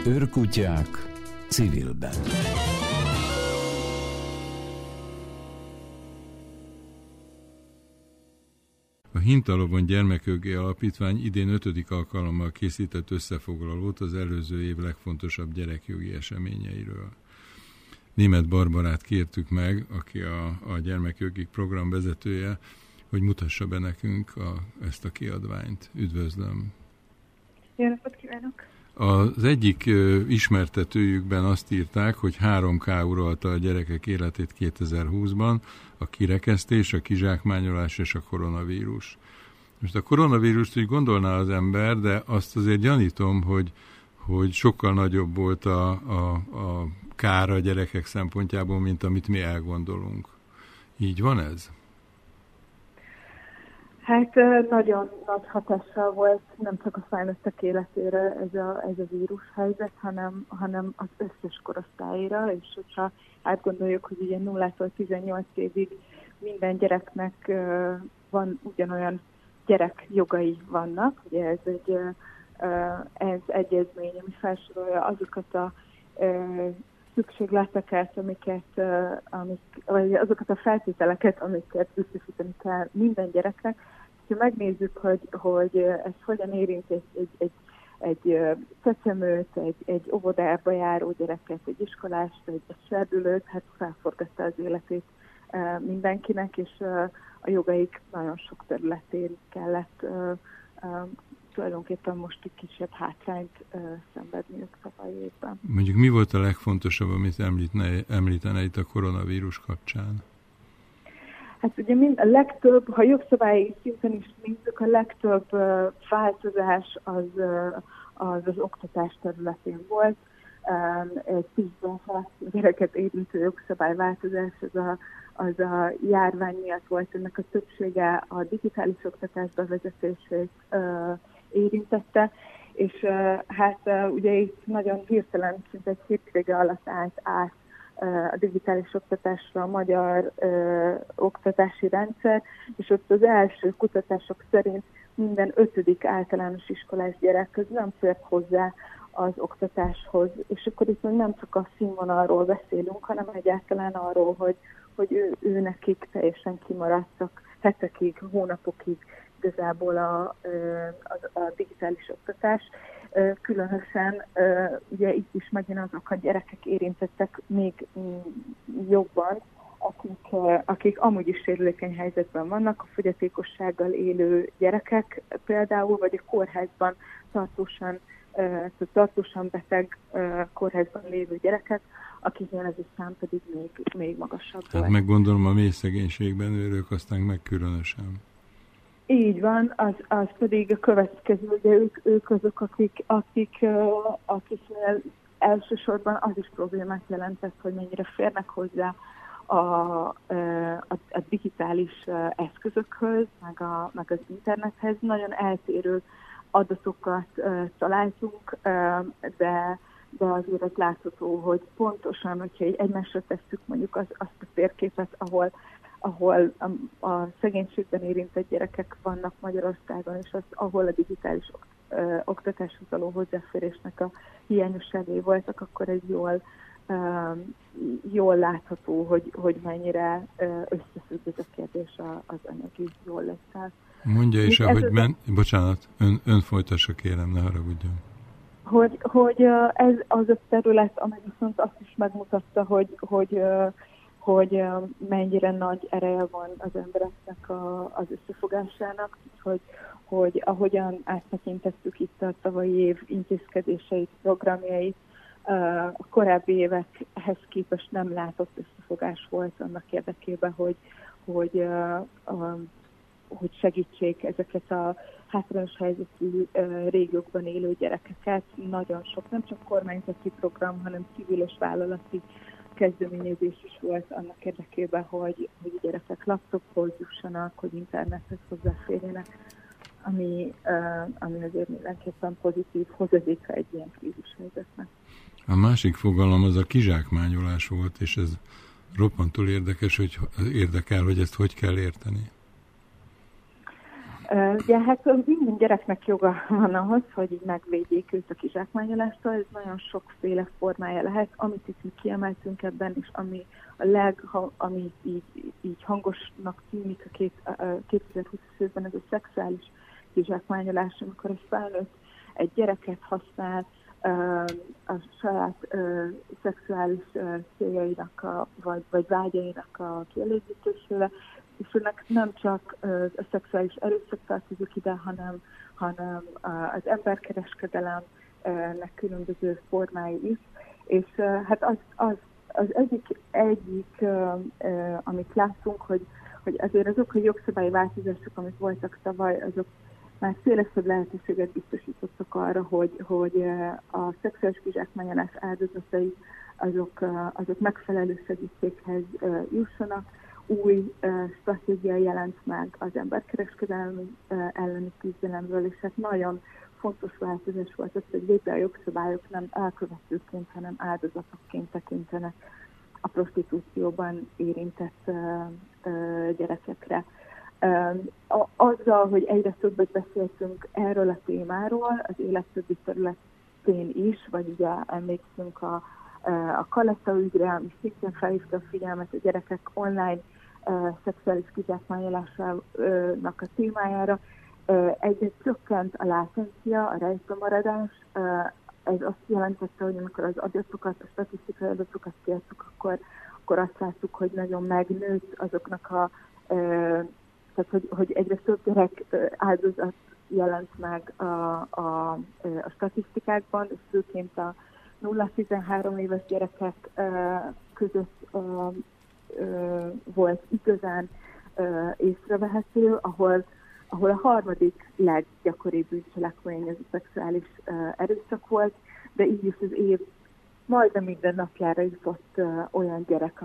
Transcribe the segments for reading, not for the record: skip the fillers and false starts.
Őrkutyák civilben. A Hintalovon Gyermekjogi Alapítvány idén 5. alkalommal készített összefoglalót az előző év legfontosabb gyerekjogi eseményeiről. Németh Barbarát kértük meg, aki a gyermekjogi program vezetője, hogy mutassa be nekünk ezt a kiadványt. Üdvözlöm! Jó napot kívánok! Az egyik ismertetőjükben azt írták, hogy 3K uralta a gyerekek életét 2020-ban, a kirekesztés, a kizsákmányolás és a koronavírus. Most a koronavírust úgy gondolná az ember, de azt azért gyanítom, hogy sokkal nagyobb volt a kár a gyerekek szempontjából, mint amit mi elgondolunk. Így van ez? Hát nagyon nagy hatással volt nem csak a felnőttek életére ez a vírushelyzet, hanem az összes korosztályra, és hogyha átgondoljuk, hogy ugye 0-tól 18 évig minden gyereknek van ugyanolyan gyerekjogai vannak, ugye ez egyezmény, ami felsorolja azokat a szükségleteket, vagy azokat a feltételeket, amiket biztosítani kell minden gyereknek. Ha megnézzük, hogy ez hogyan érint egy csecsemőt, egy óvodába járó gyereket, egy iskolást, egy serdülőt, hát felforgatta az életét mindenkinek, és a jogaik nagyon sok területén kellett tulajdonképpen most egy kisebb hátrányt szenvedniük tavalyi évben. Mondjuk mi volt a legfontosabb, amit említene itt a koronavírus kapcsán? Hát ugye a legtöbb, ha jogszabályi szinten is nézzük, a legtöbb változás az oktatás területén volt. Egy 10-ben gyereket érintő jogszabályváltozás az a járvány miatt volt, ennek a többsége a digitális oktatás bevezetését érintette, és hát ugye itt nagyon hirtelen, szinte egy hétvége alatt állt át a digitális oktatásra a magyar oktatási rendszer, és ott az első kutatások szerint minden 5. általános iskolás gyerek nem fért hozzá az oktatáshoz. És akkor itt nem csak a színvonalról beszélünk, hanem egyáltalán arról, hogy ő nekik teljesen kimaradtak hetekig, hónapokig igazából a digitális oktatás. Különösen ugye itt is megint azok a gyerekek érintettek még jobban, akik amúgy is sérülékeny helyzetben vannak, a fogyatékossággal élő gyerekek például, vagy a kórházban tartósan beteg kórházban lévő gyerekek, akiknél ez a szám pedig még magasabb. Tehát meggondolom, a mély szegénységben ők aztán meg különösen. Így van, az pedig a következő, ugye ők azok, akiknél elsősorban az is problémát jelentett, hogy mennyire férnek hozzá a digitális eszközökhöz, meg az internethez. Nagyon eltérő adatokat találtunk, de azért látható, hogy pontosan, hogyha egymásra tesszük mondjuk azt a térképet, ahol a szegénységben érintett gyerekek vannak Magyarországon, és ahol a digitális oktatáshoz való hozzáférésnek a hiányosságai voltak, akkor ez jól látható, hogy mennyire összefügg ez a kérdés az anyagi jól lesz. Mondja is, ahogy bocsánat, ön folytassa, kérem, ne haragudjon. Hogy ez az a terület, amely viszont azt is megmutatta, hogy mennyire nagy ereje van az embereknek az összefogásának, hogy ahogyan áttekintettük itt a tavalyi év intézkedéseit, programjait, a korábbi évekhez képest nem látott összefogás volt annak érdekében, hogy segítsék ezeket a hátrányos helyzetű régiókban élő gyerekeket. Nagyon sok, nem csak kormányzati program, hanem civil és vállalati kezdeményezés is volt annak érdekében, hogy a gyerekek laptophoz jussanak, hogy internethez hozzáférjenek, ami azért mindenképpen pozitív hozadéka egy ilyen krízishelyzetnek. A másik fogalom az a kizsákmányolás volt, és ez roppantul érdekes, hogy érdekel, hogy ezt hogy kell érteni. Ugye hát minden gyereknek joga van ahhoz, hogy így megvédjék őt a kizsákmányolástól, ez nagyon sokféle formája lehet, amit itt mi kiemeltünk ebben, és ami ami így hangosnak tűnik a 2020 évben, ez a szexuális kizsákmányolás, amikor egy felnőtt egy gyereket használ a saját szexuális céljainak vagy vágyainak a kielégítésére, és ennek nem csak a szexuális erőszak tartozik ide, hanem az emberkereskedelemnek különböző formái is. És hát az egyik amit látunk, hogy azért azok a jogszabályi változások, amik voltak tavaly, azok már szélesebb lehetőséget biztosítottak arra, hogy a szexuális kizsákmányolás áldozatai azok megfelelő segítséghez jussanak. Új stratégia jelent meg az emberkereskedelmi elleni küzdelemről, és hát nagyon fontos változás volt az, hogy végre a jogszabályok nem elkövetőként, hanem áldozatokként tekintenek a prostitúcióban érintett gyerekekre. Azzal, hogy egyre többet beszéltünk erről a témáról, az élet többi területén is, vagy ugye emlékszünk a Kaletta ügyre, ami szintén felhívta a figyelmet a gyerekek online szexuális kizsákmányolásának a témájára, egyre csökkent a látencia, a rejtőmaradás. Ez azt jelentette, hogy amikor az adatokat, a statisztikai adatokat kértük, akkor azt láttuk, hogy nagyon megnőtt azoknak tehát hogy egyre több gyerek áldozat jelent meg a statisztikákban, és főként a 0-13 éves gyerekek között volt igazán észrevehető, ahol a harmadik leggyakoribb bűncselekmény ez a szexuális erőszak volt, de így is az év majdnem minden napjára jutott olyan gyerek,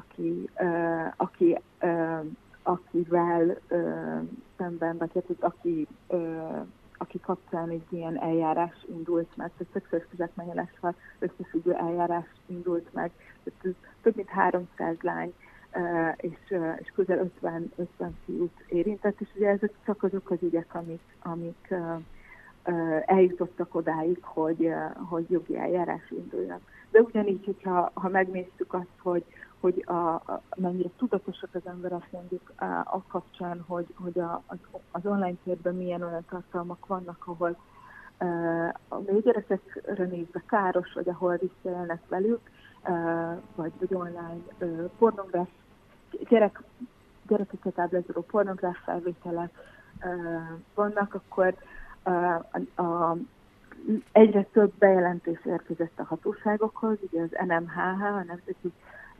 akivel szemben, vagy hát aki kapcsán egy ilyen eljárás indult meg, tehát szexuális kizsákmányolással összefüggő eljárás indult meg. Tehát több mint 300 lány és közel 50 fiút érintett, és ugye ezek csak azok az ügyek, amik eljutottak odáig, hogy jogi eljárás induljon. De ugyanígy, hogyha megnéztük azt, hogy mennyire tudatosak az emberek mondjuk a kapcsán, hogy az online térben milyen olyan tartalmak vannak, ahol a gyerekekre nézve káros, vagy ahol visszaélnek velük, vagy online pornográf, gyerekeket ábrázoló pornográf felvételek vannak, akkor egyre több bejelentés érkezett a hatóságokhoz, ugye az NMHH, a Nemzeti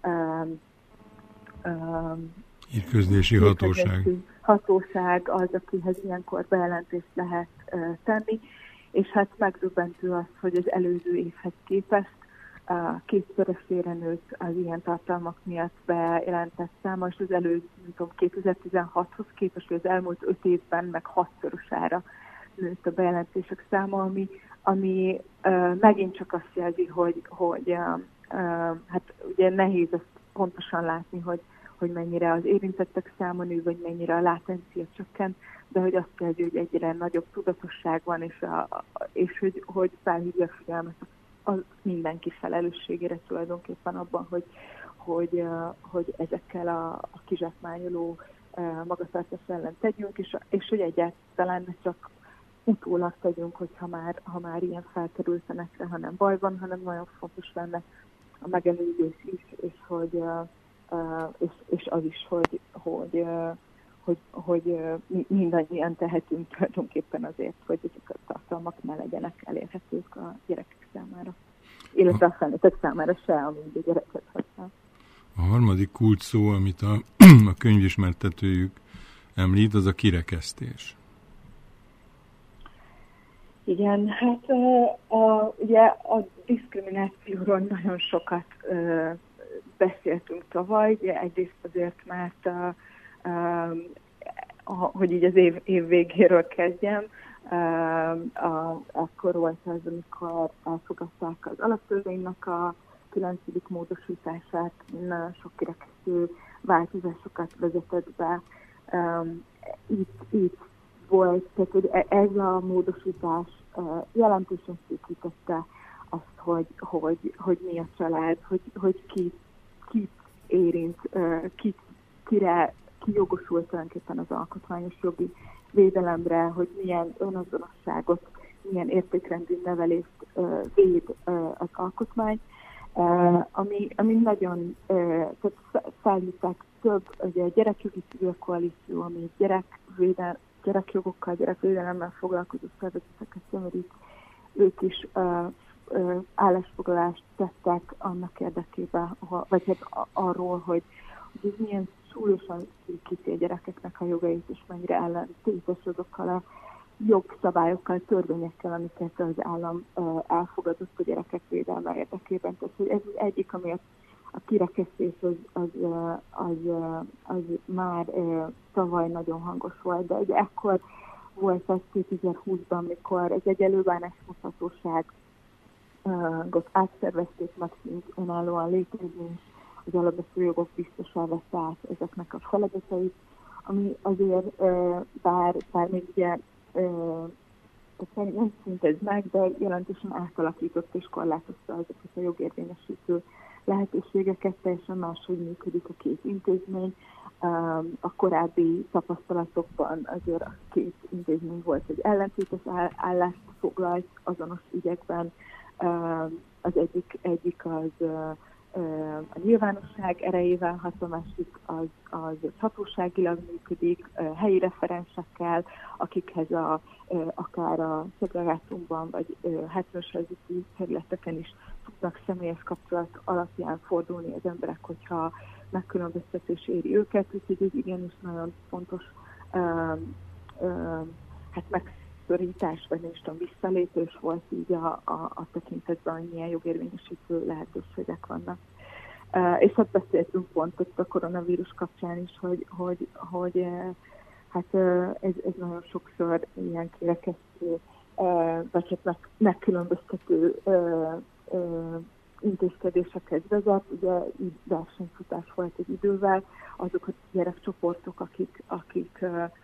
Hírközlési hatóság az, akihez ilyenkor bejelentést lehet tenni, és hát megdöbbentő az, hogy az előző évhez képest kétszeresére nőtt az ilyen tartalmak miatt bejelentett száma, és az előző, 2016-hoz képest, hogy az elmúlt 5 évben meg 6-szorosára nőtt a bejelentések száma, ami megint csak azt jelzi, hogy hát ugye nehéz ezt pontosan látni, hogy mennyire az érintettek száma nő, vagy mennyire a látencia csökkent, de hogy azt jelzi, hogy egyre nagyobb tudatosság van, és hogy felhívja a figyelmet a mindenki felelősségére tulajdonképpen abban, hogy ezekkel a kizsákmányoló magatartás ellen tegyünk, és hogy egyáltalán ne csak utólag tegyünk, ha már ilyen felkerült a netre, hanem baj van, hanem nagyon fontos lenne a megelőzés is, és az is, hogy mindannyian tehetünk tulajdonképpen azért, hogy ezek a tartalmak ne legyenek elérhetők a gyerekek számára. Illetve a felnőttek számára se, amíg a gyereket használ. A harmadik kulcs szó, amit a könyvismertetőjük említ, az a kirekesztés. Igen, hát ugye a diszkriminációról nagyon sokat beszéltünk tavaly, ugye egyrészt azért, mert hogy így az év végéről kezdjem, akkor volt az, amikor elfogadták az alaptörvénynek a 9. módosítását, nagyon sok kirekesztő változásokat vezetett be. Így volt, tehát hogy ez a módosítás jelentősen szűkítette azt, hogy mi a család, hogy ki érint, ki jogosult tulajdonképpen az alkotmányos jogi védelemre, hogy milyen önazonosságot, milyen értékrendű nevelést véd az alkotmány, ami nagyon felhívták több, ugye a gyerekjogi civil koalíció, ami gyerekjogokkal, gyerekvédelemmel foglalkozó szervezeteket tömörít, ők is állásfoglalást tettek annak érdekében, vagy hát arról, hogy ez milyen súlyosan szűkíti a gyerekeknek a jogait, és mennyire ellentétes azokkal a jogszabályokkal, törvényekkel, amiket az állam elfogadott a gyerekek védelme érdekében. Tehát, hogy ez az egyik, ami a kirekesztés az már tavaly nagyon hangos volt, de ugye ekkor volt az 2020-ban, mikor egy egyenlő bánásmutatóságot átszervezték, meg szint önállóan létezni, az alapvető jogok biztosá vett át ezeknek a feladatait, ami azért, bár még ugye nem szint ez meg, de jelentősen átalakított és korlátozta ezeket a jogérvényesítő lehetőségeket, teljesen máshogy működik a két intézmény. A korábbi tapasztalatokban azért a két intézmény volt, hogy ellentétes állást foglalt azonos ügyekben. Az egyik az a nyilvánosság erejével hat, a másik az hatóságilag működik, helyi referensekkel, akikhez akár a szegregátumban vagy hátrányos helyzetű területeken is tudnak személyes kapcsolat alapján fordulni az emberek, hogyha megkülönböztetés éri őket, úgyhogy ez igenis nagyon fontos megszorítás, vagy nem is tudom, visszalépés volt így a tekintetben, hogy milyen jogérvényesítő lehetőségek vannak. És hát beszéltünk pont ott a koronavírus kapcsán is, hogy ez nagyon sokszor ilyen kirekesztő, vagy hát megkülönböztető intézkedésekhez vezet. Ugye így versenyfutás volt egy idővel, azok a gyerekcsoportok, akik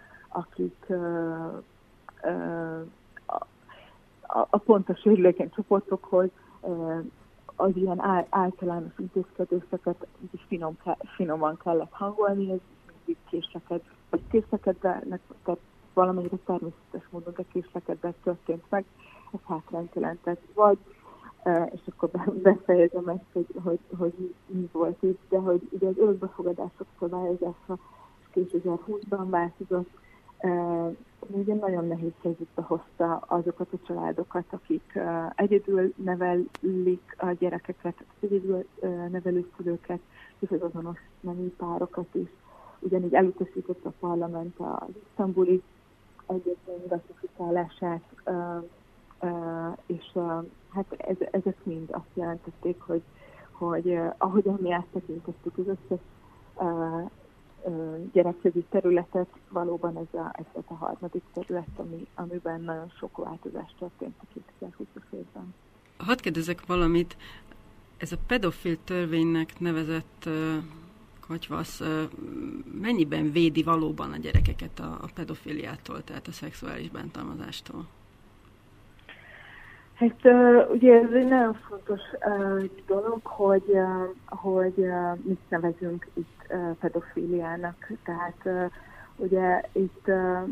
a pontos sérülékeny csoportokhoz az ilyen általános intézkedéseket finoman kellett hangolni, ez mindig késlekedve, tehát valamennyire természetes módon, de késlekedve történt meg, ez hátrányt jelentett. Vagy, és akkor befejezem ezt, hogy mi volt itt, de hogy ugye az örökbefogadások szabályozása 2020-ban változott, ugye nagyon nehéz helyzetbe hozta azokat a családokat, akik egyedül nevelik a gyerekeket, egyedül nevelőszülőket, és az azonos nemű párokat is. Ugyanígy elutasította a parlament az isztambuli egyezmény ratifikálását, és hát ezek mind azt jelentették, hogy ahogyan mi áttekintettük az összes gyerekjogi területet, valóban ez a harmadik terület, amiben nagyon sok változás történt a 2020-as évben. Hadd kérdezek valamit, ez a pedofil törvénynek nevezett katyvasz mennyiben védi valóban a gyerekeket a pedofiliától, tehát a szexuális bántalmazástól? Hát ugye ez egy nagyon fontos dolog, hogy mit nevezünk itt pedofiliának. Tehát ugye itt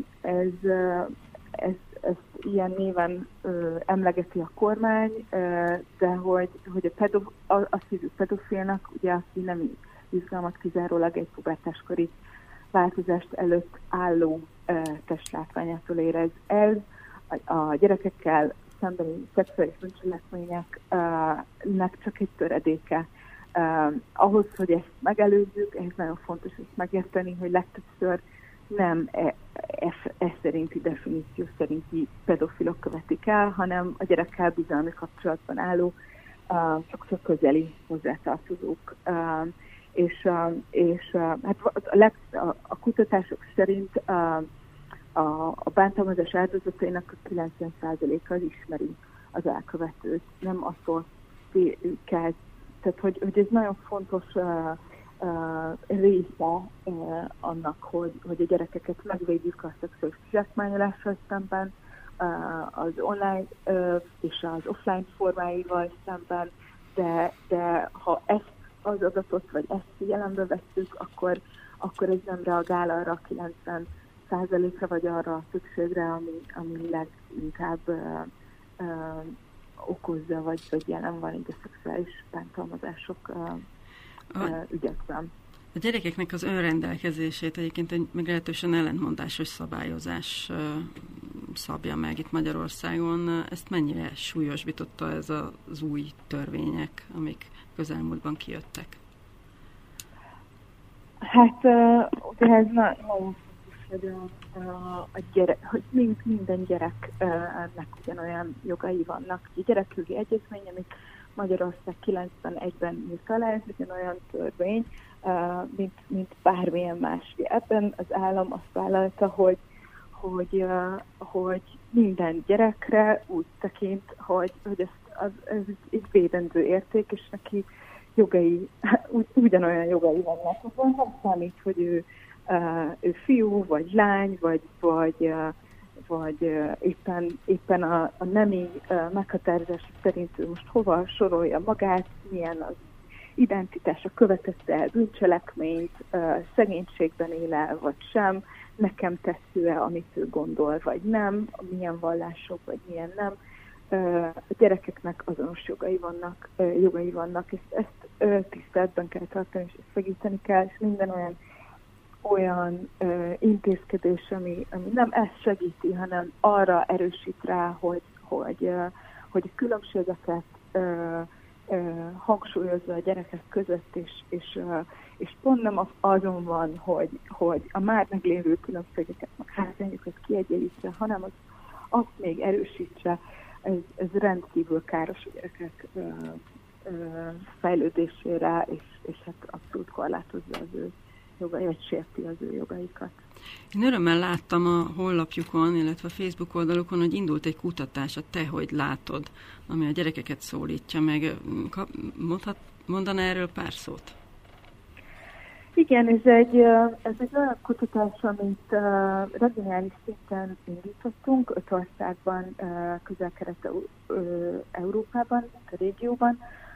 ezt ilyen néven emlegeti a kormány, de hogy azt hívjuk pedofilnak, ugye aki nem izgalmat kizárólag egy pubertáskori változást előtt álló testlátványától érez. Ez a gyerekekkel szembeni szexuális bűncselekményeknek csak egy töredéke. Ahhoz, hogy ezt megelőzzük, ehhez nagyon fontos ezt megérteni, hogy legtöbbször nem ez szerinti definíció szerinti pedofilok követik el, hanem a gyerekkel bizalmi kapcsolatban álló, sokszor közeli hozzátartozók. És hát a kutatások szerint a bántalmazás áldozatainak a 90%-a ismeri az elkövetőt. Nem attól kell, tehát hogy ez nagyon fontos része annak, hogy a gyerekeket megvédjük a szexuális kizsákmányolással szemben, az online és az offline formáival szemben, de ha ezt az adatot, vagy ezt figyelembe vesszük, akkor ez nem reagál arra a 90%-ra, vagy arra a szükségre, ami leginkább okozza, vagy jelen van így a szexuális bántalmazások ügyekben. A gyerekeknek az önrendelkezését egyébként egy meglehetősen ellentmondásos szabályozás szabja meg itt Magyarországon. Ezt mennyire súlyosbította ez az új törvények, amik közelmúltban kijöttek? Hát ugye ez nagyon fontos, hogy minden gyereknek ugyanolyan jogai vannak. A gyerekjogi egyezmény, amit Magyarország 91-ben írt alá, ez ugyanolyan törvény, mint bármilyen más. Ebben az állam azt vállalta, hogy minden gyerekre úgy tekint, hogy ez egy védendő érték, és neki ugyanolyan jogai vannak. Azon nem számít, hogy ő fiú, vagy lány, vagy éppen a nemi meghatározás szerint ő most hova sorolja magát, milyen az identitása, követette el bűncselekményt, szegénységben él-e, vagy sem, nekem tetsző-e, amit ő gondol, vagy nem, milyen vallások, vagy milyen nem. A gyerekeknek azonos jogai vannak, és ezt tiszteletben kell tartani, és ezt segíteni kell, és minden olyan intézkedés, ami nem ezt segíti, hanem arra erősít rá, hogy a különbségeket hangsúlyozza a gyerekek között, és pont nem azon van, hogy a már meglévő különbségeket, meg hátrányokat kiegyenlítse, hanem azt még erősítse, ez rendkívül káros a gyerekek fejlődésére, és hát abszolút korlátozza az ő jogai, vagy sérti az ő jogaikat. Én örömmel láttam a honlapjukon, illetve a Facebook oldalukon, hogy indult egy kutatás, a Te hogy látod, ami a gyerekeket szólítja meg. Mondaná erről pár szót? Igen, ez egy olyan kutatás, amit regionális szinten indítottunk, 5 országban, Közel-Kelet-Európában, a régióban,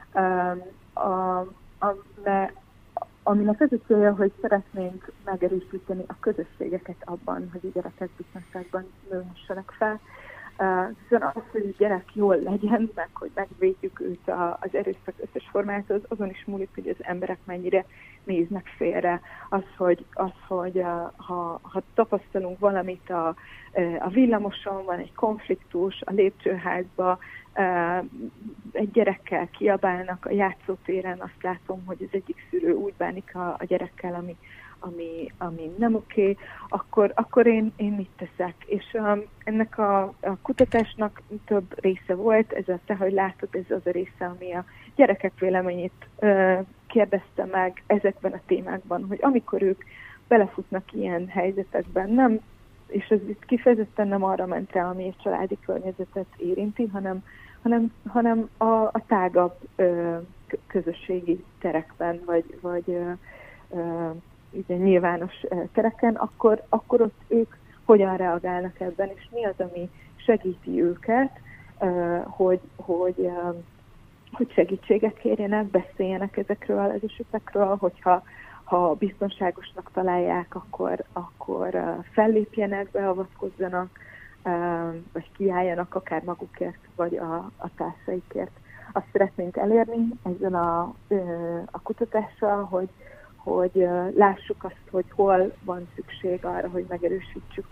aminek az a célja, hogy szeretnénk megerősíteni a közösségeket abban, hogy a gyerekek biztonságban nőhessenek fel. Hiszen az, hogy a gyerek jól legyen, meg hogy megvédjük őt az erőszak összes formájától, azon is múlik, hogy az emberek mennyire néznek félre. Az, hogy ha tapasztalunk valamit a villamoson, van egy konfliktus, a lépcsőházba, egy gyerekkel kiabálnak a játszótéren, azt látom, hogy az egyik szülő úgy bánik a gyerekkel, ami nem oké, akkor én mit teszek? És ennek a kutatásnak több része volt, ez a Te, hogy látod, ez az a része, ami a gyerekek véleményét kérdezte meg ezekben a témákban, hogy amikor ők belefutnak ilyen helyzetekben, nem, és ez itt kifejezetten nem arra ment rá, ami a családi környezetet érinti, hanem a tágabb közösségi terekben, vagy ugye nyilvános tereken, akkor ott ők hogyan reagálnak ebben, és mi az, ami segíti őket, hogy segítséget kérjenek, beszéljenek ezekről az esetekről, hogyha biztonságosnak találják, akkor fellépjenek, beavatkozzanak, vagy kiálljanak akár magukért, vagy a társaikért. Azt szeretnénk elérni ezzel a kutatással, hogy lássuk azt, hogy hol van szükség arra, hogy megerősítsük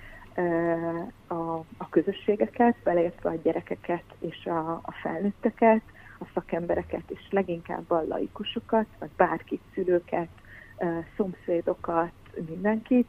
a közösségeket, beleértve a gyerekeket és a felnőtteket, a szakembereket, és leginkább a laikusokat, vagy bárkit, szülőket, szomszédokat, mindenkit,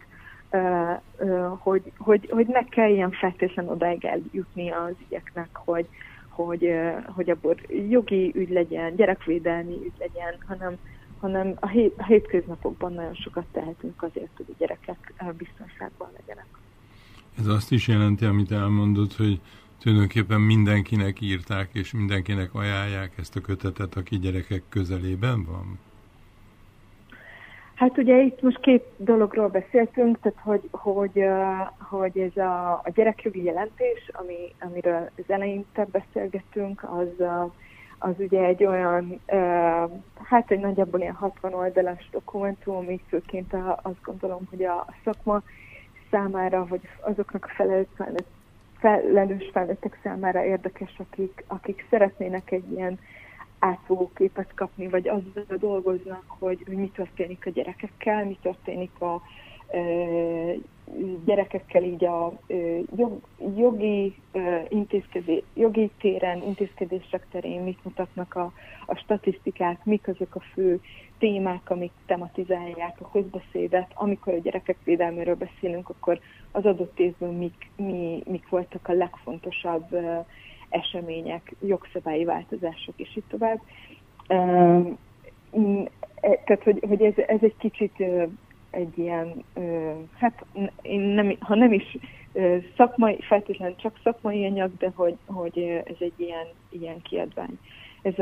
hogy ne kelljen feltétlenül odáig eljutni az ügyeknek, hogy abból jogi ügy legyen, gyerekvédelmi ügy legyen, hanem a hétköznapokban nagyon sokat tehetünk azért, hogy a gyerekek biztonságban legyenek. Ez azt is jelenti, amit elmondod, hogy tulajdonképpen mindenkinek írták, és mindenkinek ajánlják ezt a kötetet, aki gyerekek közelében van? Hát ugye itt most két dologról beszéltünk, tehát hogy ez a gyerekjogi jelentés, amiről az eleinte beszélgettünk, az ugye egy olyan, hát egy nagyjából ilyen 60 oldalas dokumentum, ami főként azt gondolom, hogy a szakma számára, vagy azoknak a felelős felnőttek számára érdekes, akik szeretnének egy ilyen átfogó képet kapni, vagy azzal dolgoznak, hogy mi történik a gyerekekkel, mi történik a gyerekekkel így a jogi téren, intézkedések terén, mit mutatnak a statisztikák, mik azok a fő témák, amik tematizálják a közbeszédet. Amikor a gyerekek védelméről beszélünk, akkor az adott évben mik voltak a legfontosabb események, jogszabályi változások, és így tovább. Tehát, hogy ez egy kicsit egy ilyen, hát ha nem is szakmai, feltétlenül csak szakmai anyag, de hogy ez egy ilyen kiadvány. Ez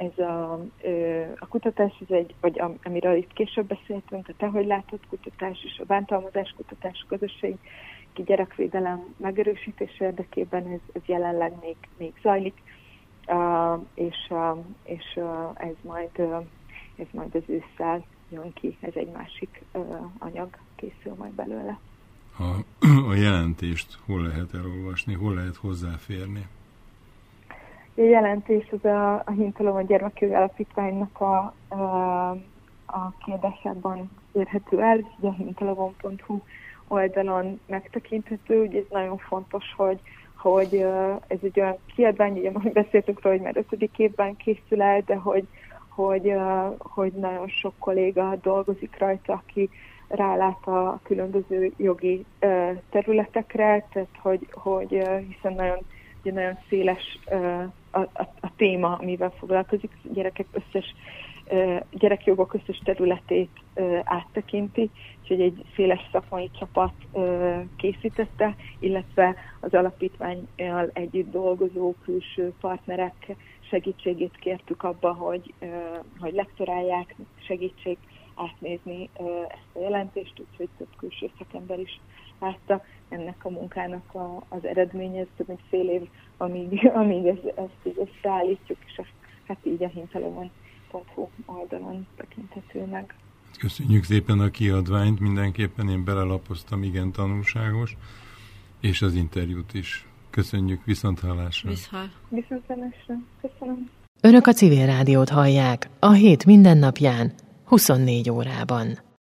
a kutatás, vagy amiről itt később beszéltünk, a Te hogy látod kutatás és a bántalmazás kutatás közösség gyerekvédelem megerősítése érdekében ez jelenleg még zajlik, és ez majd az ősszel jön ki, ez egy másik anyag készül majd belőle. A jelentést hol lehet elolvasni, hol lehet hozzáférni? A jelentés az a Hintalom a Gyermekjogi Alapítványnak a kiadásában érhető el, ugye a hintalom.hu oldalon megtekinthető. Ugye ez nagyon fontos, hogy ez egy olyan kiadvány, ugye most beszéltünk róla, hogy már 5. évben készül el, de hogy nagyon sok kolléga dolgozik rajta, aki rálát a különböző jogi területekre, tehát hogy hiszen nagyon széles a téma, amivel foglalkozik, gyerekjogok összes területét áttekinti, úgyhogy egy széles szakmai csapat készítette, illetve az alapítvánnyal együtt dolgozó külső partnerek segítségét kértük abba, hogy lektorálják, segítsék átnézni ezt a jelentést, úgyhogy több külső szakember is látta. Ennek a munkának az eredménye, ez több mint fél év, amíg ezt így összeállítjuk, és hát így a hintalom.hu oldalon tekinthető meg. Köszönjük szépen a kiadványt, mindenképpen én belelapoztam, igen tanulságos, és az interjút is. Köszönjük, viszonthallásra. Viszonthallásra. Köszönöm. Önök a Civil Rádiót hallják a hét mindennapján, 24 órában.